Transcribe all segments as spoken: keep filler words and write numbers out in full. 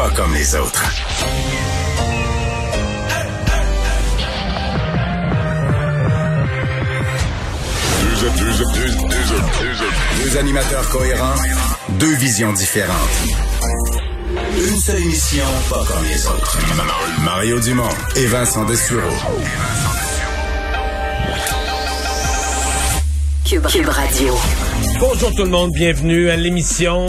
Pas comme les autres. Deux, deux, deux, deux, deux, deux animateurs cohérents, deux visions différentes. Une seule émission, pas comme les autres. Mario Dumont et Vincent Dessureau. Cube, Cube Radio. Bonjour tout le monde, bienvenue à l'émission.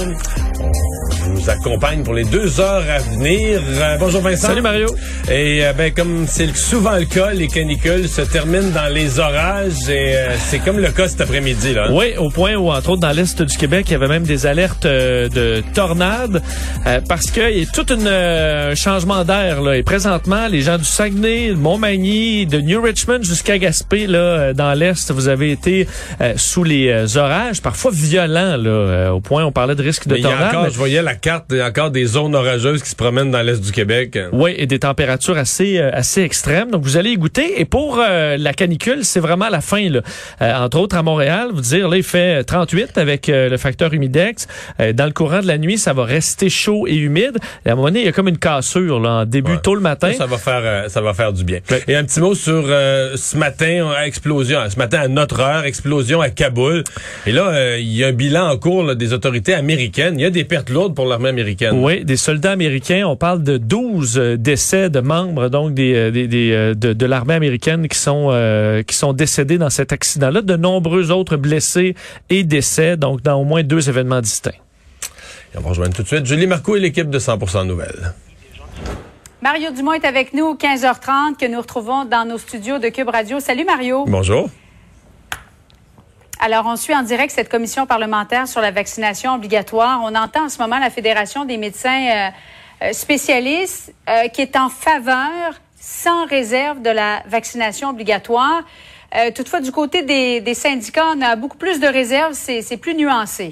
On vous accompagne pour les deux heures à venir. Euh, bonjour Vincent. Salut Mario. Et euh, ben comme c'est souvent le cas, les canicules se terminent dans les orages et euh, c'est comme le cas cet après-midi là. Oui, au point où entre autres dans l'est du Québec, il y avait même des alertes euh, de tornades euh, parce que il y a tout un euh, changement d'air là. Et présentement, les gens du Saguenay, de Montmagny, de New Richmond jusqu'à Gaspé là, euh, dans l'est, vous avez été euh, sous les euh, orages, parfois violents là, euh, au point où on parlait de risque de mais tornade. Il y a encore, je voyais la carte, il y a encore des zones orageuses qui se promènent dans l'est du Québec. Oui, et des températures assez euh, assez extrêmes. Donc, vous allez y goûter. Et pour euh, la canicule, c'est vraiment la fin. Là. Euh, entre autres, à Montréal, vous dire, là, il fait trente-huit avec euh, le facteur humidex. Euh, dans le courant de la nuit, ça va rester chaud et humide. Et à un moment donné, il y a comme une cassure là, en début ouais. tôt le matin. Ça, ça va faire euh, ça va faire du bien. Ouais. Et un petit mot sur euh, ce matin, explosion. Ce matin, à notre heure, explosion à Kaboul. Et là, euh, il y a un bilan en cours là, des autorités américaines. Il y a des pertes lourdes pour l'armée américaine. Oui, des soldats américains. On parle de douze euh, décès de membres donc des, des, des de, de l'armée américaine qui sont euh, qui sont décédés dans cet accident-là. De nombreux autres blessés et décès, donc dans au moins deux événements distincts. Et on va rejoindre tout de suite Julie Marcoux et l'équipe de cent pour cent Nouvelles. Mario Dumont est avec nous, quinze heures trente, que nous retrouvons dans nos studios de Cube Radio. Salut Mario. Bonjour. Alors, on suit en direct cette commission parlementaire sur la vaccination obligatoire. On entend en ce moment la Fédération des médecins euh, spécialistes euh, qui est en faveur, sans réserve, de la vaccination obligatoire. Euh, toutefois, du côté des, des syndicats, on a beaucoup plus de réserves, c'est, c'est plus nuancé.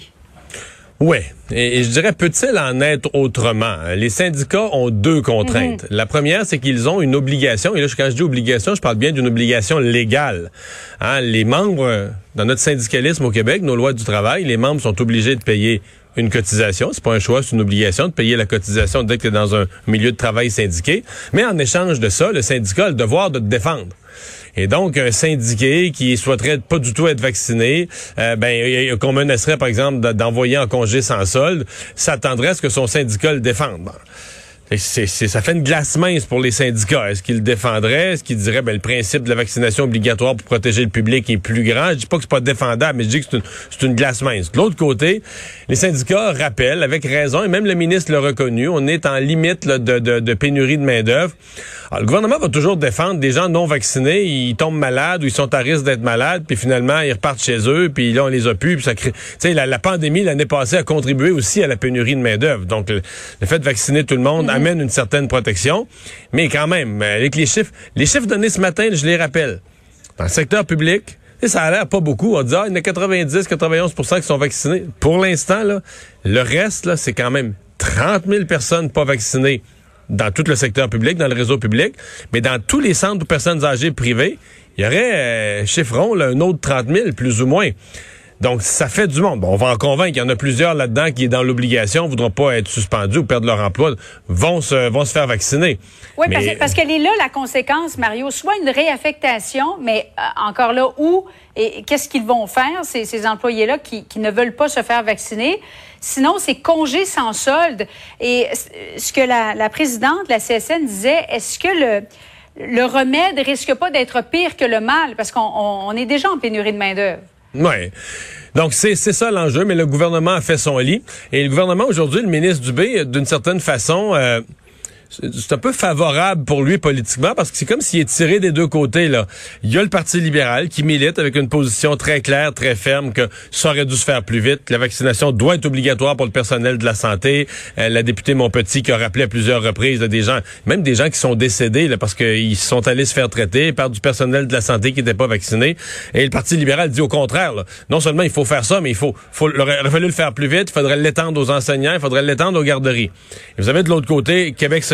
Oui, et, et je dirais, peut-il en être autrement? Les syndicats ont deux contraintes. Mm-hmm. La première, c'est qu'ils ont une obligation, et là, quand je dis obligation, je parle bien d'une obligation légale. Hein, les membres, dans notre syndicalisme au Québec, nos lois du travail, les membres sont obligés de payer une cotisation. C'est pas un choix, c'est une obligation de payer la cotisation dès que tu es dans un milieu de travail syndiqué. Mais en échange de ça, le syndicat a le devoir de te défendre. Et donc, un syndiqué qui souhaiterait pas du tout être vacciné, euh, ben qu'on menacerait, par exemple, d'envoyer en congé sans solde, s'attendrait à ce que son syndicat le défende. Bon. C'est, c'est, ça fait une glace mince pour les syndicats. Est-ce qu'ils le défendraient? Est-ce qu'ils diraient, ben, le principe de la vaccination obligatoire pour protéger le public est plus grand? Je dis pas que c'est pas défendable, mais je dis que c'est une, c'est une glace mince. De l'autre côté, les syndicats rappellent, avec raison, et même le ministre l'a reconnu, on est en limite là, de, de, de pénurie de main-d'œuvre. Alors, le gouvernement va toujours défendre des gens non vaccinés, ils tombent malades ou ils sont à risque d'être malades, puis finalement, ils repartent chez eux, puis là, on les a plus, puis ça crée... Tu sais, la, la pandémie, l'année passée, a contribué aussi à la pénurie de main-d'œuvre. Donc, le, le fait de vacciner tout le monde mm-hmm. amène une certaine protection, mais quand même, avec les chiffres, les chiffres donnés ce matin, je les rappelle. Dans le secteur public, ça a l'air pas beaucoup. On dit, ah, il y en a quatre-vingt-dix à quatre-vingt-onze pour cent qui sont vaccinés. Pour l'instant, là, le reste, là, c'est quand même trente mille personnes pas vaccinées dans tout le secteur public, dans le réseau public, mais dans tous les centres de personnes âgées privées, il y aurait, euh, chiffrons, là, un autre trente mille, plus ou moins. Donc, ça fait du monde. Bon, on va en convaincre. Il y en a plusieurs là-dedans qui, dans l'obligation, ne voudront pas être suspendus ou perdre leur emploi, vont se, vont se faire vacciner. Oui, mais... parce, parce qu'elle est là, la conséquence, Mario. Soit une réaffectation, mais euh, encore là, où et qu'est-ce qu'ils vont faire, ces, ces employés-là qui, qui ne veulent pas se faire vacciner? Sinon, c'est congé sans solde. Et ce que la, la présidente de la C S N disait, est-ce que le... le remède risque pas d'être pire que le mal? Parce qu'on on, on est déjà en pénurie de main-d'œuvre. Oui. Donc, c'est, c'est ça l'enjeu, mais le gouvernement a fait son lit. Et le gouvernement, aujourd'hui, le ministre Dubé, d'une certaine façon, euh, c'est un peu favorable pour lui politiquement parce que c'est comme s'il est tiré des deux côtés, là. Il y a le Parti libéral qui milite avec une position très claire, très ferme que ça aurait dû se faire plus vite. La vaccination doit être obligatoire pour le personnel de la santé. Euh, la députée Montpetit qui a rappelé à plusieurs reprises là, des gens, même des gens qui sont décédés là, parce qu'ils sont allés se faire traiter par du personnel de la santé qui n'était pas vacciné. Et le Parti libéral dit au contraire, là, non seulement il faut faire ça, mais il faut, faut il aurait fallu le faire plus vite. Il faudrait l'étendre aux enseignants, il faudrait l'étendre aux garderies. Et vous avez de l'autre côté Québec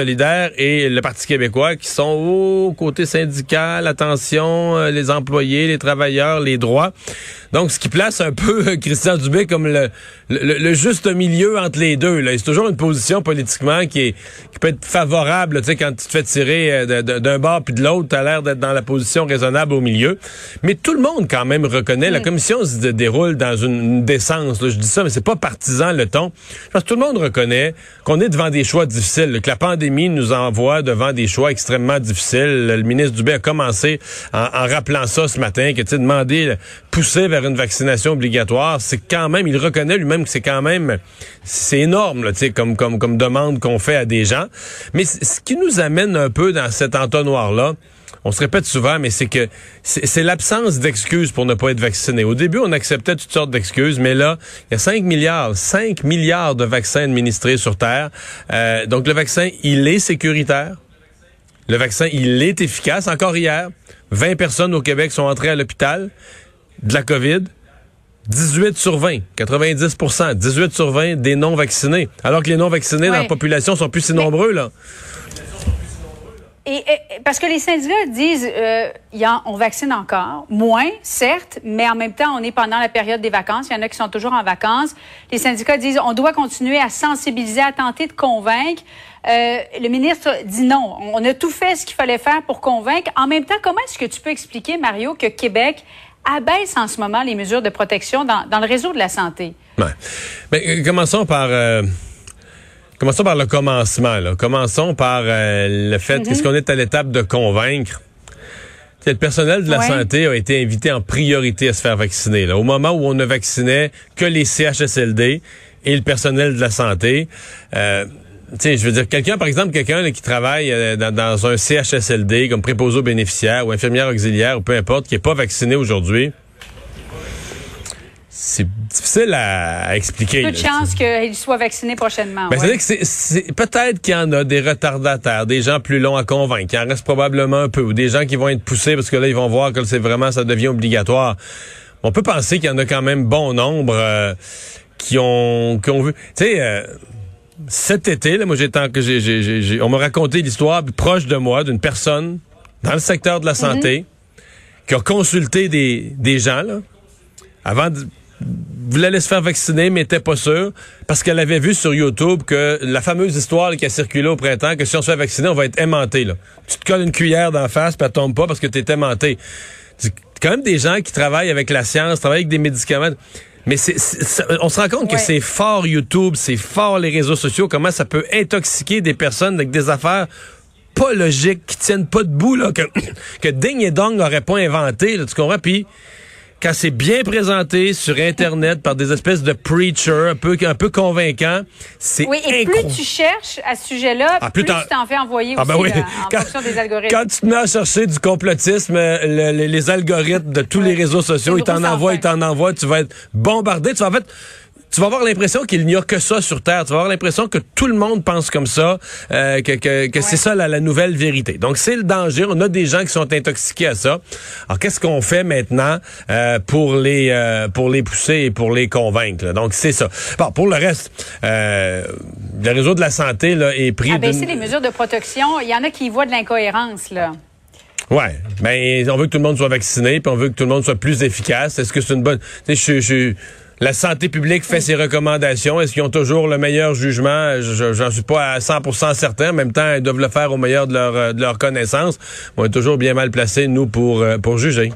solidaire et le Parti québécois qui sont au côté syndical, attention, euh, les employés, les travailleurs, les droits. Donc, ce qui place un peu Christian Dubé comme le, le, le juste milieu entre les deux. Là. C'est toujours une position politiquement qui est qui peut être favorable. Tu sais, quand tu te fais tirer de, de, d'un bord puis de l'autre, tu as l'air d'être dans la position raisonnable au milieu. Mais tout le monde quand même reconnaît. Mm. La commission se déroule dans une, une décence. Là. Je dis ça, mais c'est pas partisan le ton. Je pense que tout le monde reconnaît qu'on est devant des choix difficiles. Là, que la pandémie nous envoie devant des choix extrêmement difficiles. Le ministre Dubé a commencé en, en rappelant ça ce matin, que tu sais, demander, pousser vers une vaccination obligatoire, c'est quand même, il reconnaît lui-même que c'est quand même, c'est énorme, là, tu sais, comme, comme, comme demande qu'on fait à des gens. Mais ce qui nous amène un peu dans cet entonnoir-là, on se répète souvent, mais c'est que c'est, c'est l'absence d'excuses pour ne pas être vacciné. Au début, on acceptait toutes sortes d'excuses, mais là, il y a cinq milliards, cinq milliards de vaccins administrés sur Terre. Euh, donc, le vaccin, il est sécuritaire. Le vaccin, il est efficace. Encore hier, vingt personnes au Québec sont entrées à l'hôpital de la COVID, dix-huit sur vingt, quatre-vingt-dix pour cent, dix-huit sur vingt des non-vaccinés. Alors que les non-vaccinés ouais. dans la population sont plus si mais, nombreux, là. Et, et parce que les syndicats disent, euh, y a, on vaccine encore, moins, certes, mais en même temps, on est pendant la période des vacances. Il y en a qui sont toujours en vacances. Les syndicats disent, on doit continuer à sensibiliser, à tenter de convaincre. Euh, le ministre dit non. On a tout fait ce qu'il fallait faire pour convaincre. En même temps, comment est-ce que tu peux expliquer, Mario, que Québec abaisse en ce moment les mesures de protection dans, dans le réseau de la santé? Ouais. Mais euh, commençons par euh, commençons par le commencement. Là. Commençons par euh, le fait mm-hmm. qu'est-ce qu'on est à l'étape de convaincre. T'sais, le personnel de la ouais. santé a été invité en priorité à se faire vacciner. Là. Au moment où on ne vaccinait que les C H S L D et le personnel de la santé. Euh, Tu sais, je veux dire, quelqu'un, par exemple, quelqu'un là, qui travaille euh, dans, dans un C H S L D comme préposé aux bénéficiaires ou infirmière auxiliaire ou peu importe, qui est pas vacciné aujourd'hui, c'est difficile à, à expliquer. Peu de chance qu'il soit vacciné prochainement. Ben, ouais. C'est-à-dire que c'est, c'est, peut-être qu'il y en a des retardataires, des gens plus longs à convaincre, il en reste probablement un peu, ou des gens qui vont être poussés parce que là, ils vont voir que c'est vraiment, ça devient obligatoire. On peut penser qu'il y en a quand même bon nombre euh, qui ont qui ont vu... Tu sais... Euh, Cet été, là, moi, j'ai, j'ai, j'ai, j'ai, on m'a raconté l'histoire proche de moi d'une personne dans le secteur de la santé mm-hmm. qui a consulté des, des gens là, avant de voulait aller se faire vacciner, mais était pas sûre parce qu'elle avait vu sur YouTube que la fameuse histoire là, qui a circulé au printemps, que si on se fait vacciner, on va être aimanté. Là. Tu te colles une cuillère d'en face, puis elle tombe pas parce que t'es aimanté. C'est quand même des gens qui travaillent avec la science, travaillent avec des médicaments. Mais c'est, c'est, on se rend compte ouais. que c'est fort YouTube, c'est fort les réseaux sociaux, comment ça peut intoxiquer des personnes avec des affaires pas logiques, qui tiennent pas debout, là, que, que Ding et Dong n'auraient pas inventé, là, tu comprends? Puis, quand c'est bien présenté sur Internet par des espèces de preachers un peu, un peu convaincants, c'est oui, et incroyable. Plus tu cherches à ce sujet-là, ah, plus, plus tu t'en fais envoyer ah, aussi ben oui. là, en quand, fonction des algorithmes. Quand tu te mets à chercher du complotisme, le, les, les algorithmes de tous ouais. les réseaux sociaux, ils t'en envoient, ils t'en envoient, tu vas être bombardé. Tu vas, en fait, tu vas avoir l'impression qu'il n'y a que ça sur Terre. Tu vas avoir l'impression que tout le monde pense comme ça, euh, que, que, que ouais. c'est ça la, la nouvelle vérité. Donc, c'est le danger. On a des gens qui sont intoxiqués à ça. Alors, qu'est-ce qu'on fait maintenant euh, pour les euh, pour les pousser et pour les convaincre? Là? Donc, c'est ça. Bon, pour le reste, euh, le réseau de la santé là, est pris... Abaisser les mesures de protection, il y en a qui y voient de l'incohérence, là. Ouais, ben on veut que tout le monde soit vacciné, puis on veut que tout le monde soit plus efficace. Est-ce que c'est une bonne... Tu sais, je suis... La santé publique fait ses recommandations. Est-ce qu'ils ont toujours le meilleur jugement? Je, j'en suis pas à cent pour cent certain. En même temps, ils doivent le faire au meilleur de leur, de leur connaissance. On est toujours bien mal placés, nous, pour, pour juger.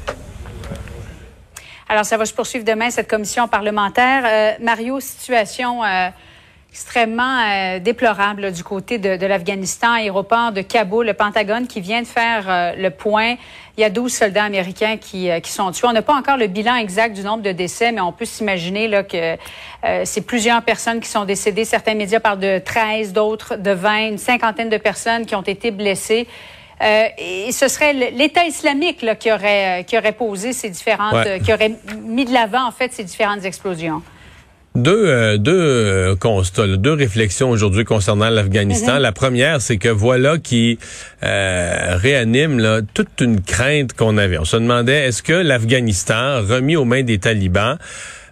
Alors, ça va se poursuivre demain, cette commission parlementaire. Euh, Mario, situation euh, extrêmement euh, déplorable là, du côté de, de l'Afghanistan, aéroport de Kaboul, le Pentagone qui vient de faire euh, le point. Il y a douze soldats américains qui, euh, qui sont tués. On n'a pas encore le bilan exact du nombre de décès, mais on peut s'imaginer là, que euh, c'est plusieurs personnes qui sont décédées. Certains médias parlent de treize, d'autres de vingt, une cinquantaine de personnes qui ont été blessées. Euh, et ce serait l'État islamique là, qui aurait, qui aurait posé ces différentes, ouais. euh, qui aurait mis de l'avant en fait ces différentes explosions. Deux, euh, deux euh, constats, là, deux réflexions aujourd'hui concernant l'Afghanistan. Mm-hmm. La première, c'est que voilà qui euh, réanime là, toute une crainte qu'on avait. On se demandait, est-ce que l'Afghanistan, remis aux mains des talibans,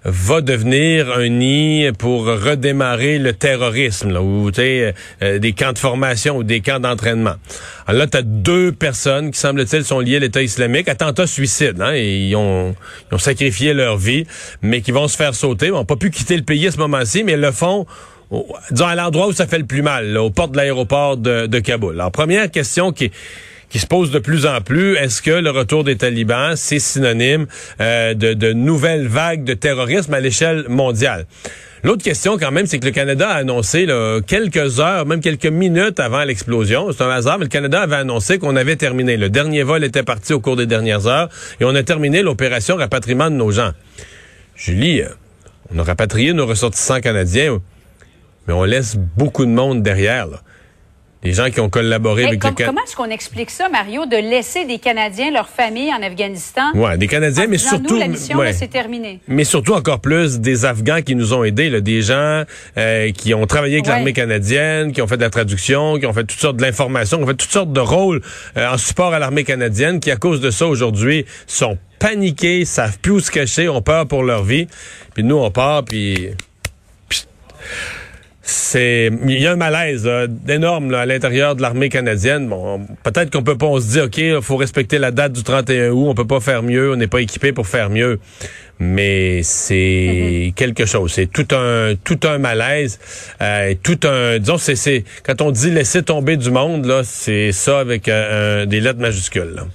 va devenir un nid pour redémarrer le terrorisme, là, ou tu sais, euh, des camps de formation ou des camps d'entraînement. Alors là, tu as deux personnes qui, semble-t-il, sont liées à l'État islamique, attentat suicide, hein, et ils ont, ils ont sacrifié leur vie, mais qui vont se faire sauter. Ils n'ont pas pu quitter le pays à ce moment-ci, mais le font, au, disons, à l'endroit où ça fait le plus mal, là, aux portes de l'aéroport de, de Kaboul. Alors, première question qui qui se pose de plus en plus, est-ce que le retour des talibans, c'est synonyme euh, de, de nouvelles vagues de terrorisme à l'échelle mondiale? L'autre question, quand même, c'est que le Canada a annoncé, là, quelques heures, même quelques minutes avant l'explosion, c'est un hasard, mais le Canada avait annoncé qu'on avait terminé. Le dernier vol était parti au cours des dernières heures et on a terminé l'opération rapatriement de nos gens. Julie, on a rapatrié nos ressortissants canadiens, mais on laisse beaucoup de monde derrière, là. Les gens qui ont collaboré mais avec com- le Canada. Comment est-ce qu'on explique ça, Mario, de laisser des Canadiens, leurs familles en Afghanistan? Ouais, des Canadiens, mais disant, surtout, nous, la mission, ouais. là, c'est terminé. Mais surtout encore plus des Afghans qui nous ont aidés, là, des gens euh, qui ont travaillé avec ouais. l'armée canadienne, qui ont fait de la traduction, qui ont fait toutes sortes de l'information, qui ont fait toutes sortes de rôles euh, en support à l'armée canadienne, qui à cause de ça aujourd'hui sont paniqués, savent plus où se cacher, ont peur pour leur vie. Puis nous on part, puis, puis c'est, il y a un malaise là, énorme là, à l'intérieur de l'armée canadienne. Bon, peut-être qu'on peut pas, on se dit, ok, il faut respecter la date du trente et un août, on peut pas faire mieux, on n'est pas équipé pour faire mieux. Mais c'est mm-hmm. quelque chose. C'est tout un tout un malaise, euh, tout un. Disons, c'est c'est quand on dit laisser tomber du monde là, c'est ça avec euh, un, des lettres majuscules. Là.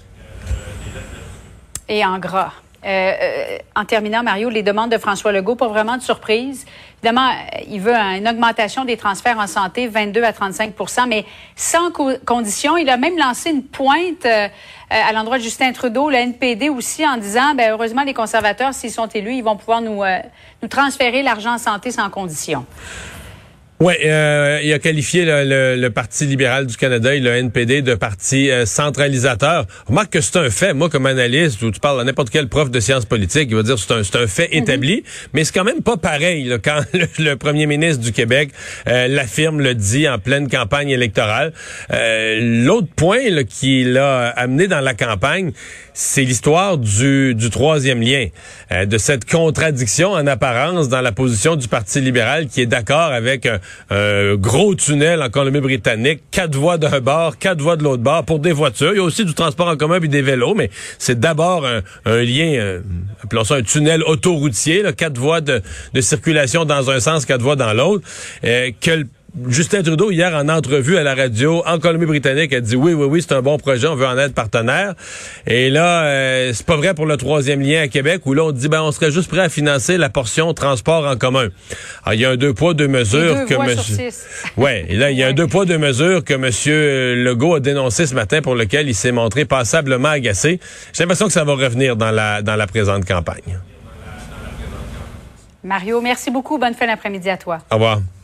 Et en gras. Euh, euh, en terminant, Mario, les demandes de François Legault, pas vraiment de surprise. Évidemment, il veut une augmentation des transferts en santé, vingt-deux à trente-cinq pour cent, mais sans co- condition. Il a même lancé une pointe euh, à l'endroit de Justin Trudeau, le N P D aussi, en disant, ben heureusement, les conservateurs, s'ils sont élus, ils vont pouvoir nous, euh, nous transférer l'argent en santé sans condition. Oui, euh, il a qualifié le, le, le Parti libéral du Canada et le N P D de parti euh, centralisateur. Remarque que c'est un fait. Moi, comme analyste, ou tu parles à n'importe quel prof de sciences politiques, il va dire que c'est un, c'est un fait mm-hmm. établi, mais c'est quand même pas pareil là, quand le, le premier ministre du Québec euh, l'affirme, le dit en pleine campagne électorale. Euh, l'autre point là, qui l'a amené dans la campagne, c'est l'histoire du, du troisième lien, euh, de cette contradiction en apparence dans la position du Parti libéral qui est d'accord avec un, un gros tunnel en Colombie-Britannique, quatre voies d'un bord, quatre voies de l'autre bord pour des voitures. Il y a aussi du transport en commun et des vélos, mais c'est d'abord un, un lien, euh, appelons ça un tunnel autoroutier, là, quatre voies de, de circulation dans un sens, quatre voies dans l'autre, euh, que le Justin Trudeau, hier, en entrevue à la radio, en Colombie-Britannique, a dit oui, oui, oui, c'est un bon projet, on veut en être partenaire. Et là, euh, c'est pas vrai pour le troisième lien à Québec, où là, on dit, ben, on serait juste prêt à financer la portion transport en commun. Alors, il y a un deux poids, deux mesures deux que voies monsieur... sur six. Ouais, et là, il y a un deux poids, deux mesures que monsieur Legault a dénoncé ce matin, pour lequel il s'est montré passablement agacé. J'ai l'impression que ça va revenir dans la, dans la présente campagne. Mario, merci beaucoup. Bonne fin d'après-midi à toi. Au revoir.